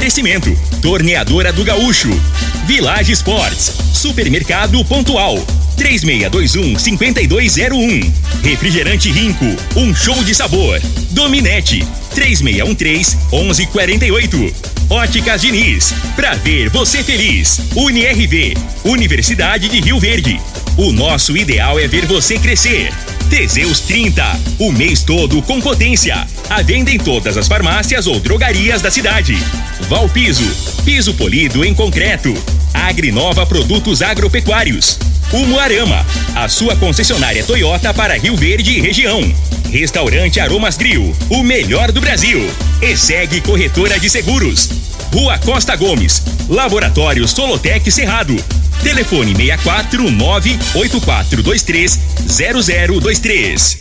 Oferecimento: Torneadora do Gaúcho, Village Sports, Supermercado Pontual, 3621-5201. Refrigerante Rinco, um show de sabor. Dominete, 3613-1148. Óticas Diniz, pra ver você feliz. UniRV, Universidade de Rio Verde. O nosso ideal é ver você crescer. Teseus 30, o mês todo com potência. À venda em todas as farmácias ou drogarias da cidade. Valpiso, piso polido em concreto. Agrinova Produtos Agropecuários. Umuarama, a sua concessionária Toyota para Rio Verde e região. Restaurante Aromas Grill, o melhor do Brasil. ESEG Corretora de Seguros. Rua Costa Gomes, Laboratório Solotec Cerrado. Telefone 649-8423-0023.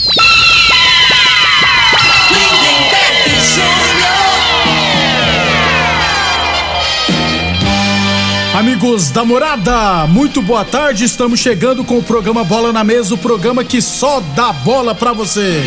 Amigos da Morada, muito boa tarde. Estamos chegando com o programa Bola na Mesa, o programa que só dá bola pra você.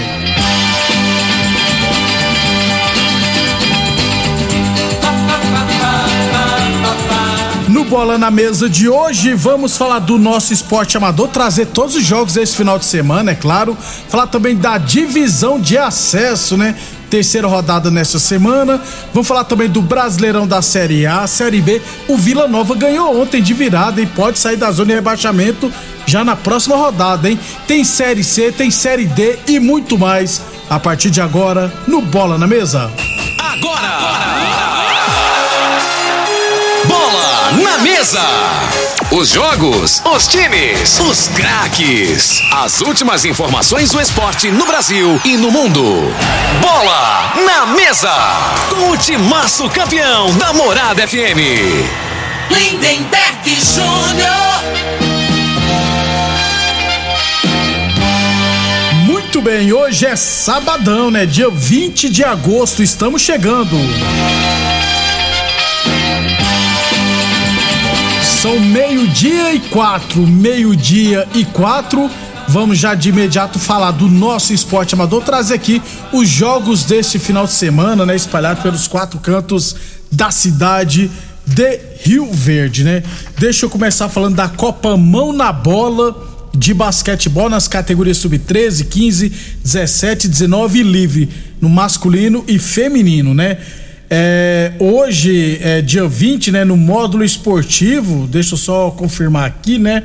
No Bola na Mesa de hoje, vamos falar do nosso esporte amador, trazer todos os jogos desse final de semana, é claro. Falar também da divisão de acesso, né? Terceira rodada nessa semana. Vamos falar também do Brasileirão da Série A, Série B. O Vila Nova ganhou ontem de virada e pode sair da zona de rebaixamento já na próxima rodada, hein? Tem Série C, tem Série D e muito mais a partir de agora no Bola na Mesa. Bola na Mesa. Os jogos, os times, os craques. As últimas informações do esporte no Brasil e no mundo. Bola na Mesa. Com o timaço campeão da Morada FM. Lindenberg Júnior. Muito bem, hoje é sabadão, né? Dia 20 de agosto, estamos chegando. São meio-dia e quatro. Vamos já de imediato falar do nosso esporte amador, trazer aqui os jogos desse final de semana, né? Espalhados pelos quatro cantos da cidade de Rio Verde, né? Deixa eu começar falando da Copa Mão na Bola de basquetebol nas categorias sub-13, 15, 17, 19 e livre, no masculino e feminino, né? Hoje é dia 20, né? No módulo esportivo, deixa eu só confirmar aqui, né?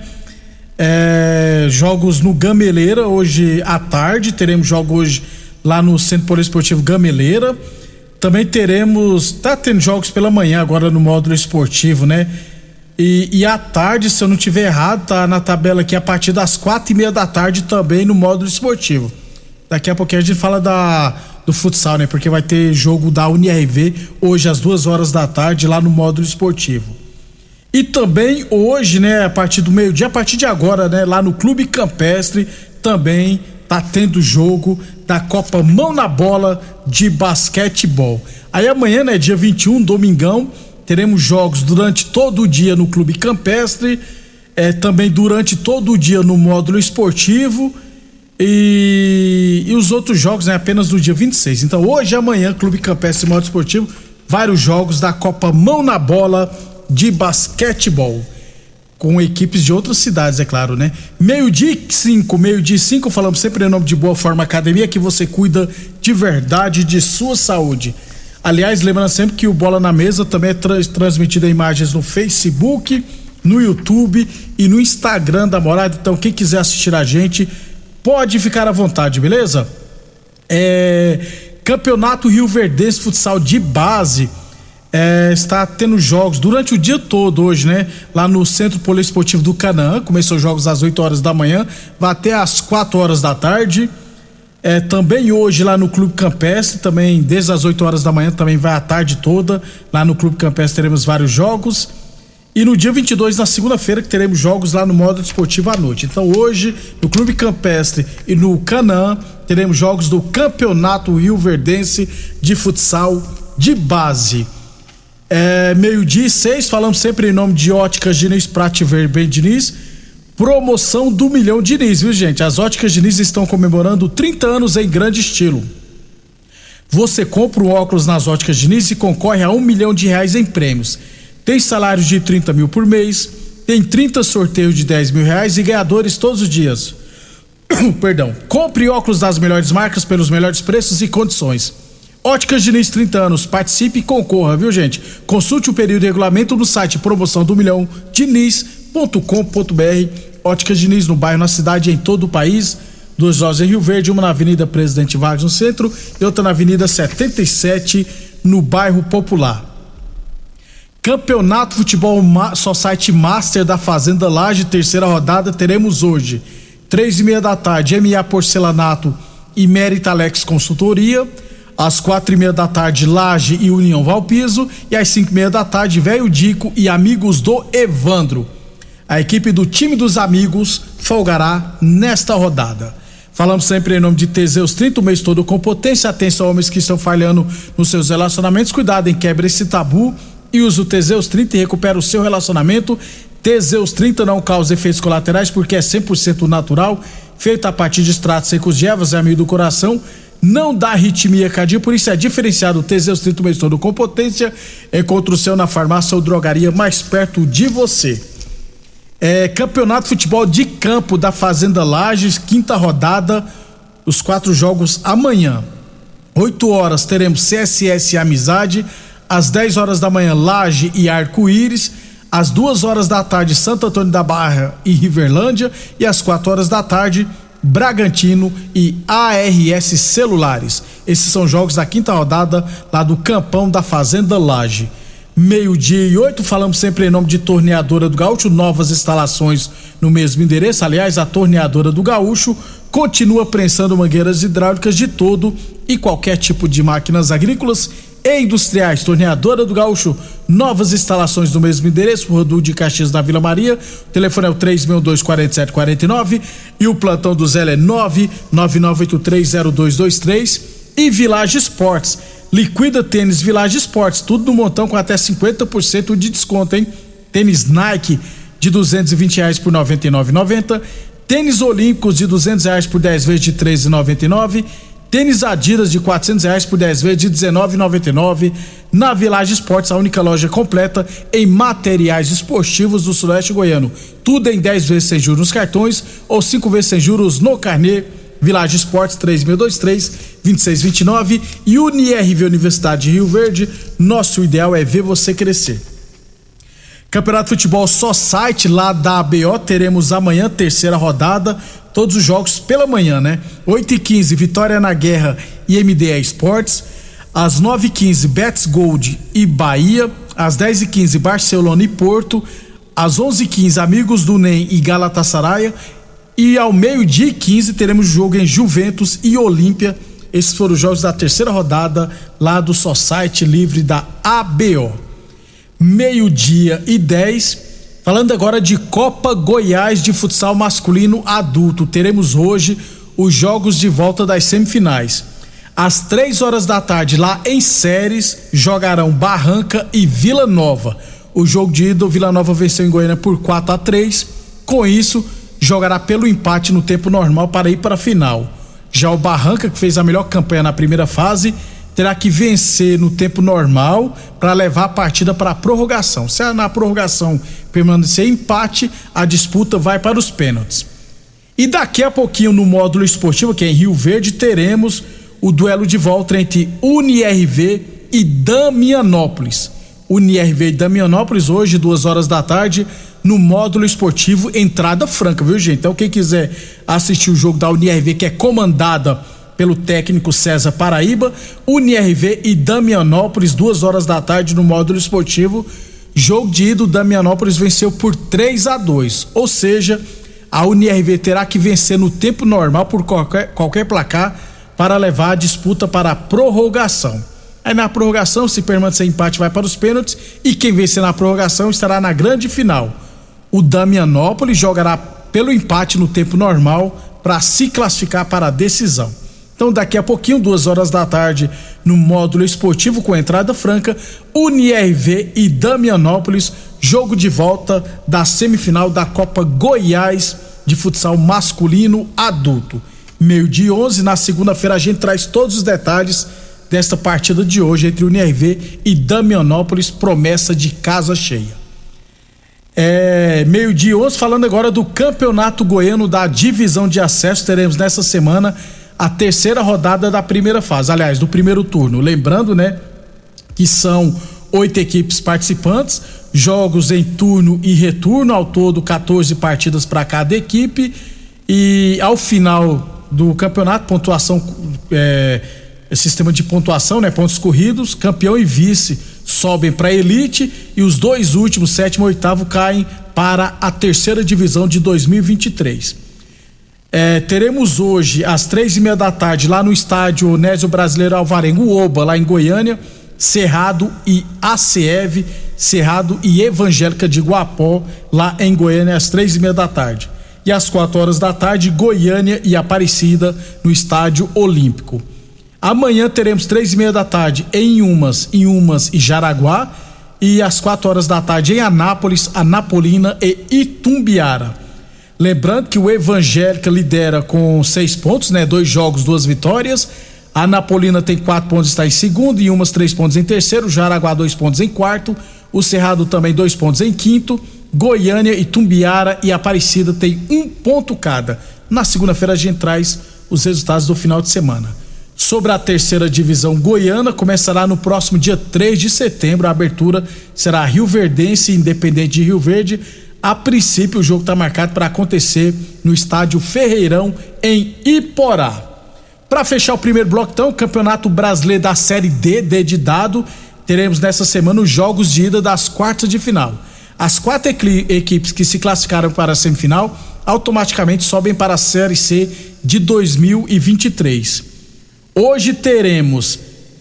Jogos no Gameleira hoje à tarde, teremos jogo hoje lá no Centro Poliesportivo Gameleira. Também tá tendo jogos pela manhã agora no módulo esportivo, né? E à tarde, se eu não tiver errado, tá na tabela aqui a partir das 4:30 da tarde também no módulo esportivo. Daqui a pouquinho a gente fala do futsal, né? Porque vai ter jogo da UniRV hoje às 2 da tarde lá no módulo esportivo. E também hoje, né, a partir do meio-dia, a partir de agora, né, lá no Clube Campestre também tá tendo jogo da Copa Mão na Bola de basquetebol. Aí amanhã, né, dia 21, domingão, teremos jogos durante todo o dia no Clube Campestre, também durante todo o dia no módulo esportivo. E os outros jogos, né, apenas no dia 26. Então hoje e amanhã, Clube Campestre e Módulo Esportivo, vários jogos da Copa Mão na Bola de basquetebol, com equipes de outras cidades, é claro, né? Meio-dia e 5, falamos sempre em nome de Boa Forma Academia, que você cuida de verdade de sua saúde. Aliás, lembrando sempre que o Bola na Mesa também é transmitido em imagens no Facebook, no YouTube e no Instagram da Morada. Então quem quiser assistir a gente pode ficar à vontade, beleza? Campeonato Rio Verdense Futsal de Base está tendo jogos durante o dia todo hoje, né? Lá no Centro Poliesportivo do Canaã. Começou os jogos às 8 da manhã, vai até às 4 da tarde. Também hoje lá no Clube Campestre, também desde as 8 da manhã, também vai a tarde toda. Lá no Clube Campestre teremos vários jogos. E no dia 22, na segunda-feira, que teremos jogos lá no módulo esportivo à noite. Então hoje, no Clube Campestre e no Canaã, teremos jogos do Campeonato Rio Verdense de Futsal de Base. Meio-dia e 6, falamos sempre em nome de Óticas Diniz, Prate Ver Bem Diniz. Promoção do Milhão Diniz, viu, gente? As Óticas Diniz estão comemorando 30 anos em grande estilo. Você compra um óculos nas Óticas Diniz e concorre a R$1 milhão em prêmios. Tem salários de 30 mil por mês, tem 30 sorteios de R$10 mil e ganhadores todos os dias. Perdão. Compre óculos das melhores marcas pelos melhores preços e condições. Óticas Diniz, 30 anos. Participe e concorra, viu, gente? Consulte o período de regulamento no site promoção do milhão diniz.com.br. Óticas Diniz no bairro, na cidade e em todo o país. 2 lojas em Rio Verde, uma na Avenida Presidente Vargas no centro e outra na Avenida 77 no bairro Popular. Campeonato Futebol Society Master da Fazenda Laje, terceira rodada, teremos hoje 3:30 da tarde, MA Porcelanato e Mérita Alex Consultoria. Às 4:30 da tarde, Laje e União Valpiso. E às 5:30 da tarde, Velho Dico e Amigos do Evandro. A equipe do time dos amigos folgará nesta rodada. Falamos sempre em nome de Teseus 30, o mês todo com potência. Atenção, homens que estão falhando nos seus relacionamentos. Cuidado, quebre esse tabu e use o Teseus 30 e recupera o seu relacionamento. Teseus 30 não causa efeitos colaterais porque é 100% natural, feito a partir de extratos secos de ervas, é amigo do coração, não dá arritmia cardíaca, por isso é diferenciado. O Teseus 30 o mês todo com potência. Encontre o seu na farmácia ou drogaria mais perto de você. Campeonato de Futebol de Campo da Fazenda Lages, quinta rodada, os 4 jogos amanhã. 8 horas teremos CSS e Amizade, às 10 horas da manhã Laje e Arco-Íris, às 2 horas da tarde Santo Antônio da Barra e Riverlândia e às 4 horas da tarde Bragantino e ARS Celulares. Esses são jogos da quinta rodada lá do Campão da Fazenda Laje. 12:08, falamos sempre em nome de Torneadora do Gaúcho, novas instalações no mesmo endereço. Aliás, a Torneadora do Gaúcho continua prensando mangueiras hidráulicas de todo e qualquer tipo de máquinas agrícolas e industriais. Torneadora do Gaúcho, novas instalações no mesmo endereço, Rodul de Caxias na Vila Maria. O telefone é o 362-4749 e o plantão do Zé é 999830223. E Village Esportes, liquida tênis Village Esportes, tudo no montão com até 50% de desconto, hein? Tênis Nike de R$220 por R$ 99,90, tênis Olímpicos de R$200 por 10 vezes de R$ 13,99, tênis Adidas de R$400 por 10 vezes de R$ 19,99. Na Village Esportes, a única loja completa em materiais esportivos do Sudoeste Goiano. Tudo em 10 vezes sem juros nos cartões ou 5 vezes sem juros no carnê. Village Esportes 3623-2629 e UniRV Universidade de Rio Verde. Nosso ideal é ver você crescer. Campeonato de Futebol Society lá da ABO, teremos amanhã, terceira rodada, todos os jogos pela manhã, né? 8h15, Vitória na Guerra e MDE Esportes. Às 9h15, Betis Gold e Bahia. Às 10h15, Barcelona e Porto. Às 11h15, Amigos do NEM e Galatasaray. E ao 12:15 teremos jogo em Juventus e Olímpia. Esses foram os jogos da terceira rodada lá do Society Livre da ABO. 12:10. Falando agora de Copa Goiás de futsal masculino adulto. Teremos hoje os jogos de volta das semifinais. Às 3 horas da tarde, lá em Séries, jogarão Barranca e Vila Nova. O jogo de ida, o Vila Nova venceu em Goiânia por 4-3. Com isso, jogará pelo empate no tempo normal para ir para a final. Já o Barranca, que fez a melhor campanha na primeira fase, terá que vencer no tempo normal para levar a partida para a prorrogação. Se na prorrogação permanecer empate, a disputa vai para os pênaltis. E daqui a pouquinho no módulo esportivo, que é em Rio Verde, teremos o duelo de volta entre UniRV e Damianópolis. UniRV e Damianópolis hoje, 2 horas da tarde, no módulo esportivo, entrada franca, viu, gente? Então quem quiser assistir o jogo da UniRV, que é comandada pelo técnico César Paraíba, UniRV e Damianópolis, 2 horas da tarde no módulo esportivo. Jogo de ida, o Damianópolis venceu por 3-2, ou seja, a UniRV terá que vencer no tempo normal por qualquer placar para levar a disputa para a prorrogação. Aí na prorrogação, se permanecer empate, vai para os pênaltis e quem vencer na prorrogação estará na grande final. O Damianópolis jogará pelo empate no tempo normal para se classificar para a decisão. Então daqui a pouquinho, 2 horas da tarde, no módulo esportivo com entrada franca, UniRV e Damianópolis, jogo de volta da semifinal da Copa Goiás de futsal masculino adulto. 12:11, na segunda-feira a gente traz todos os detalhes desta partida de hoje entre UNIRV e Damianópolis, promessa de casa cheia. 12:11, falando agora do Campeonato Goiano da Divisão de Acesso, teremos nessa semana a terceira rodada da primeira fase, aliás, do primeiro turno. Lembrando, né, que são 8 equipes participantes, jogos em turno e retorno, ao todo 14 partidas para cada equipe, e ao final do campeonato, pontuação, sistema de pontuação, né, pontos corridos, campeão e vice sobem para a elite e os dois últimos, sétimo e oitavo, caem para a terceira divisão de 2023. Teremos hoje às 3:30 da tarde lá no estádio Onésio Brasileiro Alvarengo, Oba, lá em Goiânia, Cerrado e ACEV, Cerrado e Evangélica de Guapó, lá em Goiânia, às 3:30 da tarde. E às 4 da tarde, Goiânia e Aparecida, no estádio Olímpico. Amanhã teremos 3:30 da tarde em Umas e Jaraguá, e às 4 da tarde em Anápolis, Anapolina e Itumbiara. Lembrando que o Evangélica lidera com 6 pontos, né? 2 jogos, 2 vitórias. A Anapolina tem 4 pontos, está em segundo, e Umas 3 pontos em terceiro, Jaraguá 2 pontos em quarto, o Cerrado também 2 pontos em quinto, Goiânia, Itumbiara e Aparecida tem 1 ponto cada. Na segunda-feira a gente traz os resultados do final de semana. Sobre a terceira divisão goiana, começará no próximo dia 3 de setembro. A abertura será Rioverdense e Independente de Rio Verde. A princípio, o jogo está marcado para acontecer no estádio Ferreirão, em Iporá. Para fechar o primeiro bloco, então, o Campeonato Brasileiro da Série D de dado, teremos nessa semana os jogos de ida das quartas de final. As 4 equipes que se classificaram para a semifinal automaticamente sobem para a Série C de 2023. Hoje teremos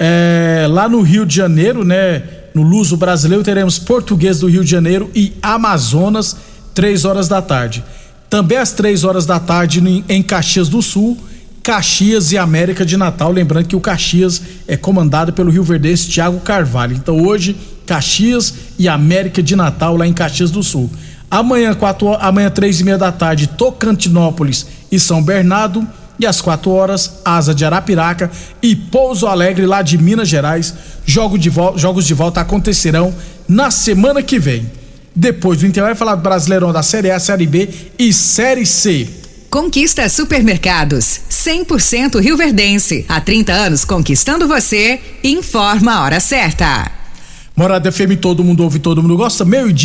lá no Rio de Janeiro, né, no Luso Brasileiro, teremos Português do Rio de Janeiro e Amazonas, 3 da tarde. Também às 3 da tarde em Caxias do Sul, Caxias e América de Natal. Lembrando que o Caxias é comandado pelo rioverdense Thiago Carvalho. Então hoje, Caxias e América de Natal lá em Caxias do Sul. Amanhã 3:30 da tarde, Tocantinópolis e São Bernardo. E às 4 horas, Asa de Arapiraca e Pouso Alegre, lá de Minas Gerais. Jogos de volta acontecerão na semana que vem. Depois do intervalo, vai falar do Brasileirão da Série A, Série B e Série C. Conquista Supermercados, 100% rioverdense. Há 30 anos conquistando você. Informa a hora certa. Morada FM, todo mundo ouve, todo mundo gosta.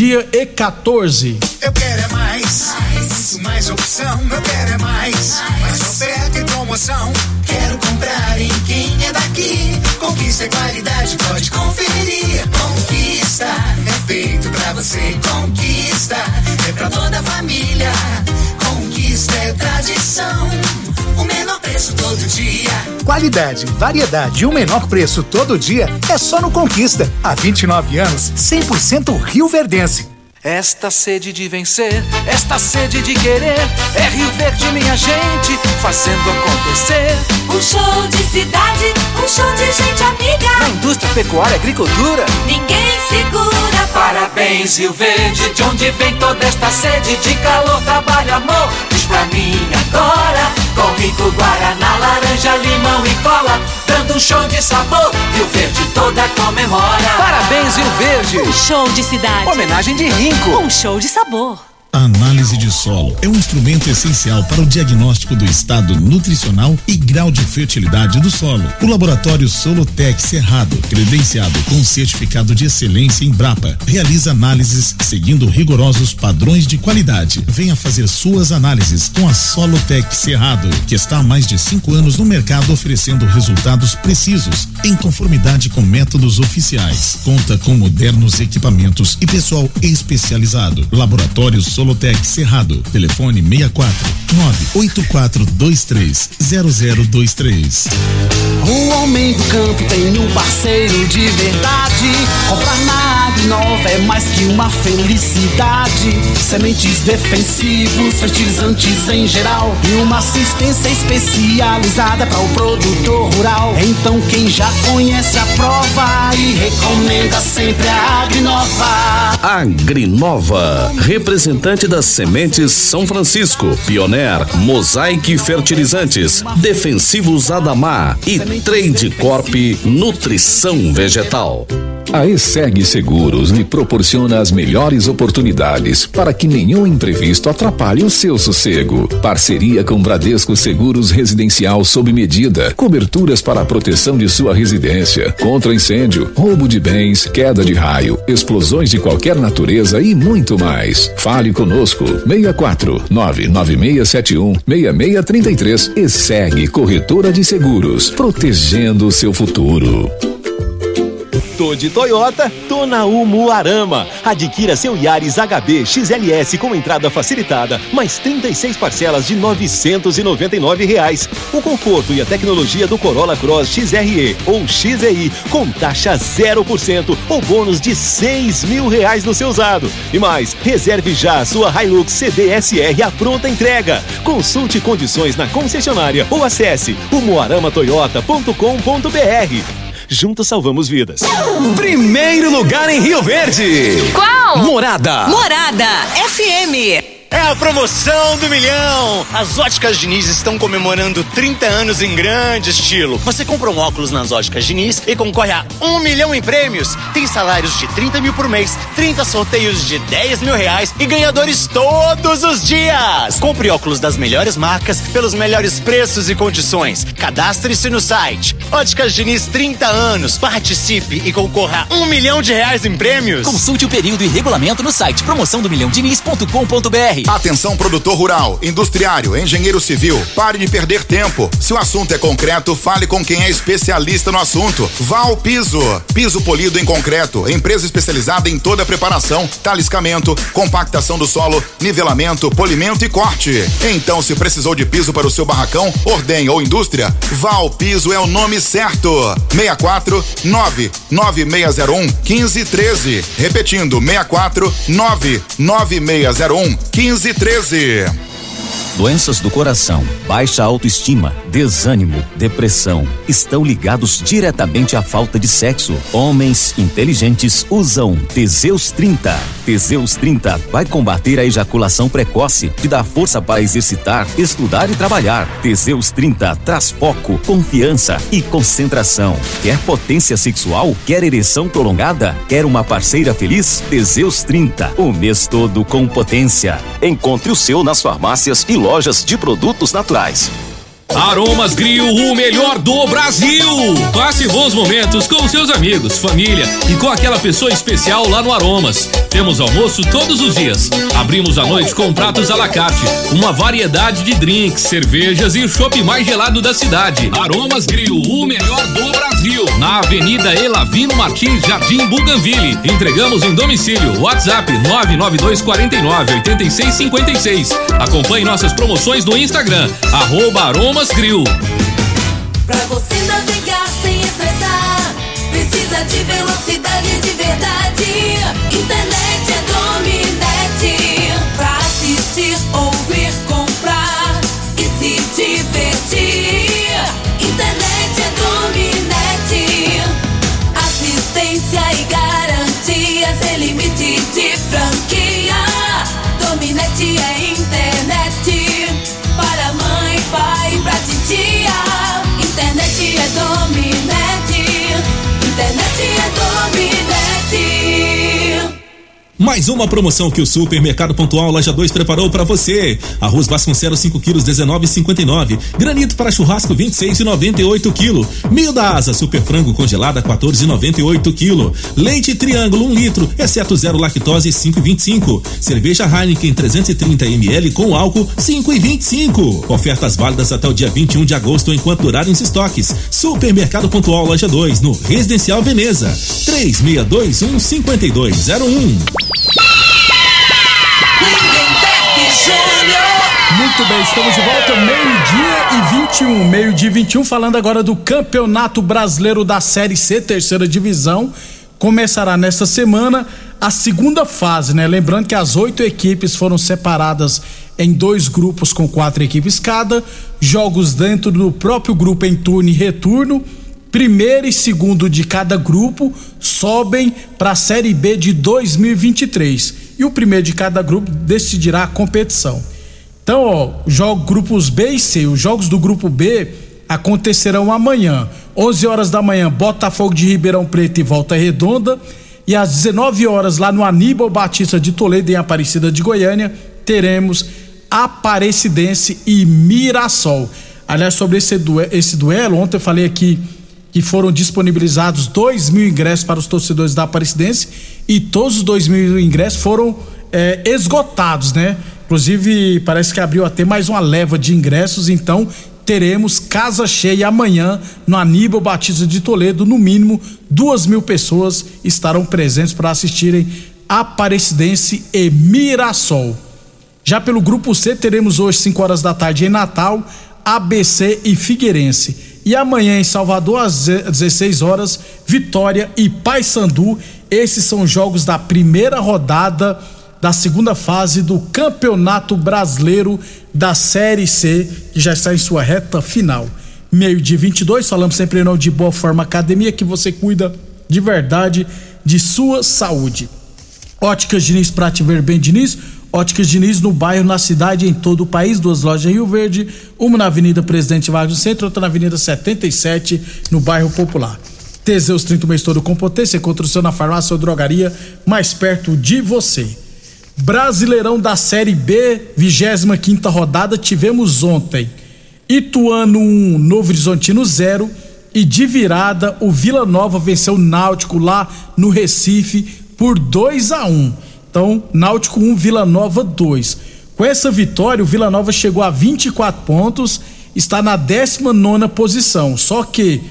12:14. Eu quero é mais, muito mais opção. Eu quero é mais oferta e promoção. Quero comprar em quem é daqui. Conquista é qualidade, pode conferir. Conquista é feito pra você. Conquista é pra toda a família. Conquista é tradição. O menor preço todo dia. Qualidade, variedade e o menor preço todo dia é só no Conquista. Há 29 anos, 100% rioverdense. Esta sede de vencer, esta sede de querer, é Rio Verde, minha gente, fazendo acontecer. Um show de cidade, um show de gente amiga. Na indústria, pecuária, agricultura, ninguém segura. Parabéns, Rio Verde, de onde vem toda esta sede de calor, trabalho, amor. Diz pra mim agora, com rico guaraná, laranja, limão e cola, dando um show de sabor. Rio Verde toda comemora. Parabéns, Rio Verde. Um show de cidade. Homenagem de Rinco. Um show de sabor. A análise de solo é um instrumento essencial para o diagnóstico do estado nutricional e grau de fertilidade do solo. O laboratório Solotec Cerrado, credenciado com certificado de excelência Embrapa, realiza análises seguindo rigorosos padrões de qualidade. Venha fazer suas análises com a Solotec Cerrado, que está há mais de 5 anos no mercado oferecendo resultados precisos, em conformidade com métodos oficiais. Conta com modernos equipamentos e pessoal especializado. Laboratório Solotec Cerrado, telefone 64-98423-0023. O homem do campo tem um parceiro de verdade. Comprar na Agrinova é mais que uma felicidade. Sementes defensivos, fertilizantes em geral e uma assistência especializada para o produtor rural. Então quem já conhece a prova e recomenda sempre a Agrinova. Agrinova, representante Atlântidas Sementes São Francisco, Pioneer, Mosaic Fertilizantes, Defensivos Adamar e Trade Corp Nutrição Vegetal. A ESEG Seguros lhe proporciona as melhores oportunidades para que nenhum imprevisto atrapalhe o seu sossego. Parceria com Bradesco Seguros Residencial sob medida. Coberturas para a proteção de sua residência, contra incêndio, roubo de bens, queda de raio, explosões de qualquer natureza e muito mais. Fale conosco. 64-99671-6633. ESEG Corretora de Seguros, protegendo o seu futuro. Tô de Toyota, tô na Umuarama. Adquira seu Yaris HB XLS com entrada facilitada, mais 36 parcelas de R$ 999. O conforto e a tecnologia do Corolla Cross XRE ou XEI com taxa 0% ou bônus de R$6.000 no seu usado. E mais, reserve já a sua Hilux CDSR à pronta entrega. Consulte condições na concessionária ou acesse umuaramatoyota.com.br. Juntos salvamos vidas. Primeiro lugar em Rio Verde. Qual? Morada. Morada FM. É a promoção do milhão! As Óticas Diniz estão comemorando 30 anos em grande estilo. Você compra um óculos nas Óticas Diniz e concorre a 1 milhão em prêmios. Tem salários de 30 mil por mês, 30 sorteios de R$10 mil e ganhadores todos os dias. Compre óculos das melhores marcas pelos melhores preços e condições. Cadastre-se no site. Óticas Diniz 30 anos. Participe e concorra a R$1 milhão em prêmios. Consulte o período e regulamento no site promoçãodomilhãodiniz.com.br. Atenção, produtor rural, industriário, engenheiro civil, pare de perder tempo. Se o assunto é concreto, fale com quem é especialista no assunto. Val Piso, piso polido em concreto, empresa especializada em toda a preparação, taliscamento, compactação do solo, nivelamento, polimento e corte. Então, se precisou de piso para o seu barracão, ordem ou indústria, Val Piso é o nome certo. 64-99601-1513. Repetindo, 64-99601-1513. Doenças do coração, baixa autoestima, desânimo, depressão estão ligados diretamente à falta de sexo. Homens inteligentes usam Teseus 30. Teseus 30 vai combater a ejaculação precoce, te dá força para exercitar, estudar e trabalhar. Teseus 30 traz foco, confiança e concentração. Quer potência sexual? Quer ereção prolongada? Quer uma parceira feliz? Teseus 30, o mês todo com potência. Encontre o seu nas farmácias e lojas de produtos naturais. Aromas Grill, o melhor do Brasil. Passe bons momentos com seus amigos, família e com aquela pessoa especial lá no Aromas. Temos almoço todos os dias. Abrimos à noite com pratos à la carte, uma variedade de drinks, cervejas e o chopp mais gelado da cidade. Aromas Grill, o melhor do Brasil. Na Avenida Elavino Martins, Jardim Bougainville. Entregamos em domicílio. WhatsApp 99249-8656. Acompanhe nossas promoções no Instagram, @Aromas Grill. Pra você navegar sem estressar, precisa de velocidade de verdade. Internet é Dominete. Pra assistir, ouvir, comprar e se divertir. Internet é Dominete. Assistência e garantia sem limite de franquia. Dominete é internet para mãe, pai, pra titia. Internet é Dominete. Internet é Dominete. Mais uma promoção que o Supermercado Pontual Loja 2 preparou para você. Arroz Vasconcelos 5 quilos 19,59. Granito para churrasco 26,98 kg. Meio da Asa Super Frango congelada 14,98 kg. Leite Triângulo 1 litro, exceto zero lactose 5,25. Cerveja Heineken 330 ml com álcool 5,25. Ofertas válidas até o dia 21 de agosto enquanto durarem os estoques. Supermercado Pontual Loja 2 no Residencial Veneza. 3621-5201. Muito bem, estamos de volta, meio-dia e 21, falando agora do Campeonato Brasileiro da Série C, terceira divisão. Começará nesta semana a segunda fase, né? Lembrando que as 8 equipes foram separadas em 2 grupos com 4 equipes cada, jogos dentro do próprio grupo em turno e retorno. Primeiro e segundo de cada grupo sobem para a Série B de 2023. e o primeiro de cada grupo decidirá a competição. Então, grupos B e C, os jogos do grupo B acontecerão amanhã, 11 horas da manhã, Botafogo de Ribeirão Preto e Volta Redonda, e às 19 horas lá no Aníbal Batista de Toledo, em Aparecida de Goiânia, teremos Aparecidense e Mirassol. Aliás, sobre esse duelo, ontem eu falei aqui que foram disponibilizados 2.000 ingressos para os torcedores da Aparecidense e todos os 2.000 ingressos foram esgotados, né? Inclusive, parece que abriu até mais uma leva de ingressos, então teremos casa cheia amanhã no Aníbal Batista de Toledo. No mínimo 2.000 pessoas estarão presentes para assistirem Aparecidense e Mirassol. Já pelo grupo C, teremos hoje 5 horas da tarde em Natal, ABC e Figueirense. E amanhã em Salvador, às 16 horas, Vitória e Paysandu. Esses são os jogos da primeira rodada da segunda fase do Campeonato Brasileiro da Série C, que já está em sua reta final. 12:22, falamos sempre em nome de Boa Forma Academia, que você cuida de verdade de sua saúde. Óticas Diniz, pra te ver bem, Diniz. Óticas Diniz no bairro, na cidade, em todo o país. 2 lojas em Rio Verde, uma na Avenida Presidente Vargas no centro, outra na Avenida 77, no bairro Popular. Teseus 30 mês todo com potência, encontra o seu na farmácia ou drogaria mais perto de você. Brasileirão da Série B, 25ª rodada, tivemos ontem Ituano 1, Novo Horizontino 0, e de virada o Vila Nova venceu o Náutico lá no Recife por 2-1. Então, Náutico 1, Vila Nova 2. Com essa vitória, o Vila Nova chegou a 24 pontos, está na 19ª posição. Só que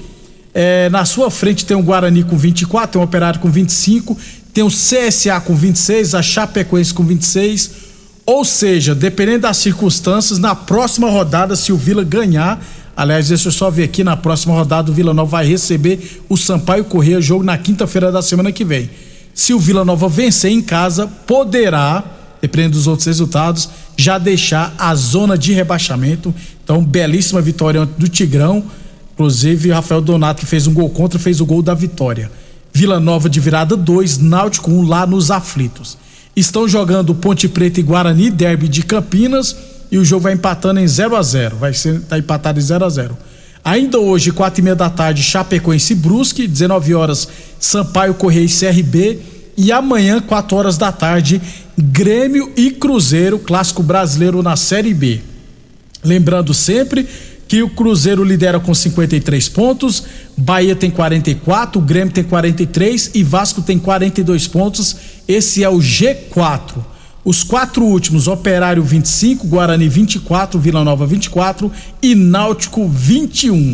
na sua frente tem o Guarani com 24, tem o Operário com 25, tem o CSA com 26, a Chapecoense com 26. Ou seja, dependendo das circunstâncias, na próxima rodada, se o Vila ganhar, aliás, deixa eu só ver aqui, na próxima rodada o Vila Nova vai receber o Sampaio Corrêa, jogo na quinta-feira da semana que vem. Se o Vila Nova vencer em casa, poderá, dependendo dos outros resultados, já deixar a zona de rebaixamento. Então, belíssima vitória do Tigrão. Inclusive, Rafael Donato, que fez um gol contra, fez o gol da vitória. Vila Nova de virada 2, Náutico 1 lá nos aflitos. Estão jogando Ponte Preta e Guarani, derby de Campinas, e o jogo vai empatando em 0-0. Tá empatado em 0-0. Ainda hoje, 4:30 da tarde, Chapecoense e Brusque, 19 horas, Sampaio Corrêa e CRB, e amanhã, 4 horas da tarde, Grêmio e Cruzeiro, clássico brasileiro na Série B. Lembrando sempre que o Cruzeiro lidera com 53 pontos, Bahia tem 44, o Grêmio tem 43 e Vasco tem 42 pontos. Esse é o G4. Os 4 últimos, Operário 25, Guarani 24, Vila Nova 24 e Náutico 21.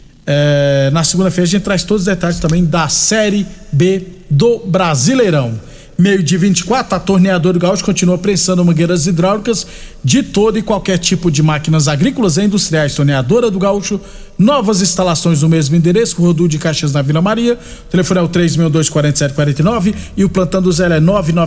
Na segunda-feira a gente traz todos os detalhes também da Série B do Brasileirão. 12:24, a Torneadora do Gaúcho continua prensando mangueiras hidráulicas de todo e qualquer tipo de máquinas agrícolas e industriais. Torneadora do Gaúcho, novas instalações no mesmo endereço, Rodul de Caxias na Vila Maria. O telefone é o 3624749 e o plantão do Zé é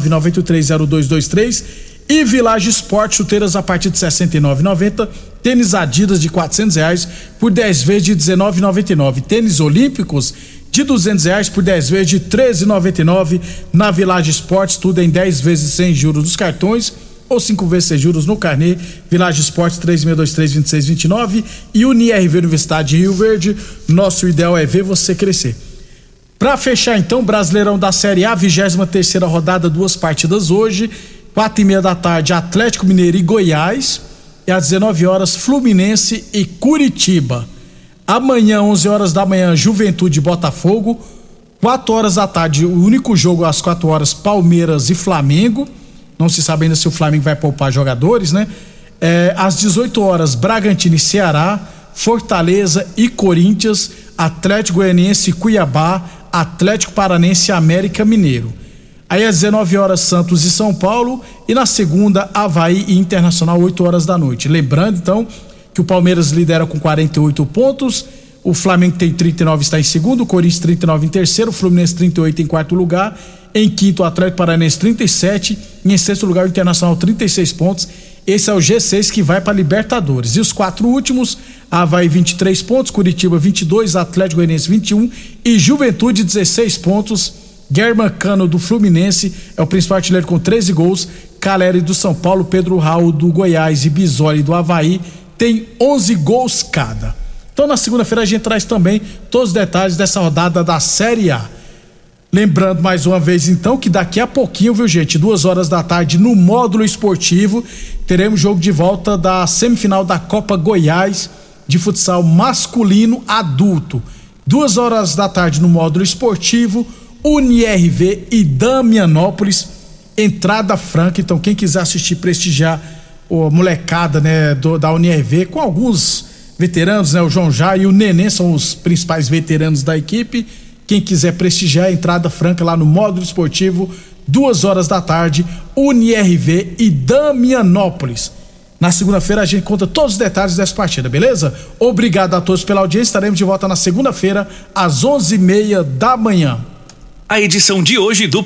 999830223. E Village Sport, chuteiras a partir de R$ 69,90. Tênis Adidas de R$400 por 10 vezes de R$19,99. Tênis Olímpicos de R$200 por 10 vezes de R$13,99 na Village Sports, tudo em 10 vezes sem juros dos cartões ou 5 vezes sem juros no carnê. Village Sports 3623-2629 e UniRV Universidade de Rio Verde. Nosso ideal é ver você crescer. Para fechar então, Brasileirão da Série A, 23ª rodada, 2 partidas hoje, 4:30 da tarde, Atlético Mineiro e Goiás, e às 19 horas, Fluminense e Curitiba. Amanhã, 11 horas da manhã, Juventude e Botafogo. 4 horas da tarde, o único jogo às 4 horas, Palmeiras e Flamengo. Não se sabe ainda se o Flamengo vai poupar jogadores, né? Às 18 horas, Bragantino e Ceará, Fortaleza e Corinthians, Atlético Goianiense e Cuiabá, Atlético Paranense e América Mineiro. Aí às 19 horas, Santos e São Paulo, e na segunda, Avaí e Internacional, 8 horas da noite. Lembrando, então, que o Palmeiras lidera com 48 pontos, o Flamengo tem 39, está em segundo, o Corinthians 39 em terceiro, o Fluminense 38 em quarto lugar, em quinto o Atlético Paranaense 37, e em sexto lugar o Internacional 36 pontos. Esse é o G6 que vai para Libertadores. E os 4 últimos, Avaí 23 pontos, Curitiba 22, Atlético Goianiense 21 e Juventude 16 pontos, Germancano do Fluminense é o principal artilheiro com 13 gols. Caleri do São Paulo, Pedro Raul do Goiás e Bisoli do Avaí tem 11 gols cada. Então na segunda-feira a gente traz também todos os detalhes dessa rodada da Série A. Lembrando mais uma vez então que daqui a pouquinho, viu gente, 2h da tarde no módulo esportivo teremos jogo de volta da semifinal da Copa Goiás de futsal masculino adulto. 2h da tarde no módulo esportivo, UniRV e Damianópolis, entrada franca. Então quem quiser assistir, prestigiar a molecada, né, da UniRV com alguns veteranos, né, o João Jai e o Nenê são os principais veteranos da equipe. Quem quiser prestigiar, entrada franca lá no módulo esportivo, 2h da tarde, UniRV e Damianópolis. Na segunda-feira a gente conta todos os detalhes dessa partida, beleza? Obrigado a todos pela audiência, estaremos de volta na segunda-feira às 11h30 da manhã. A edição de hoje do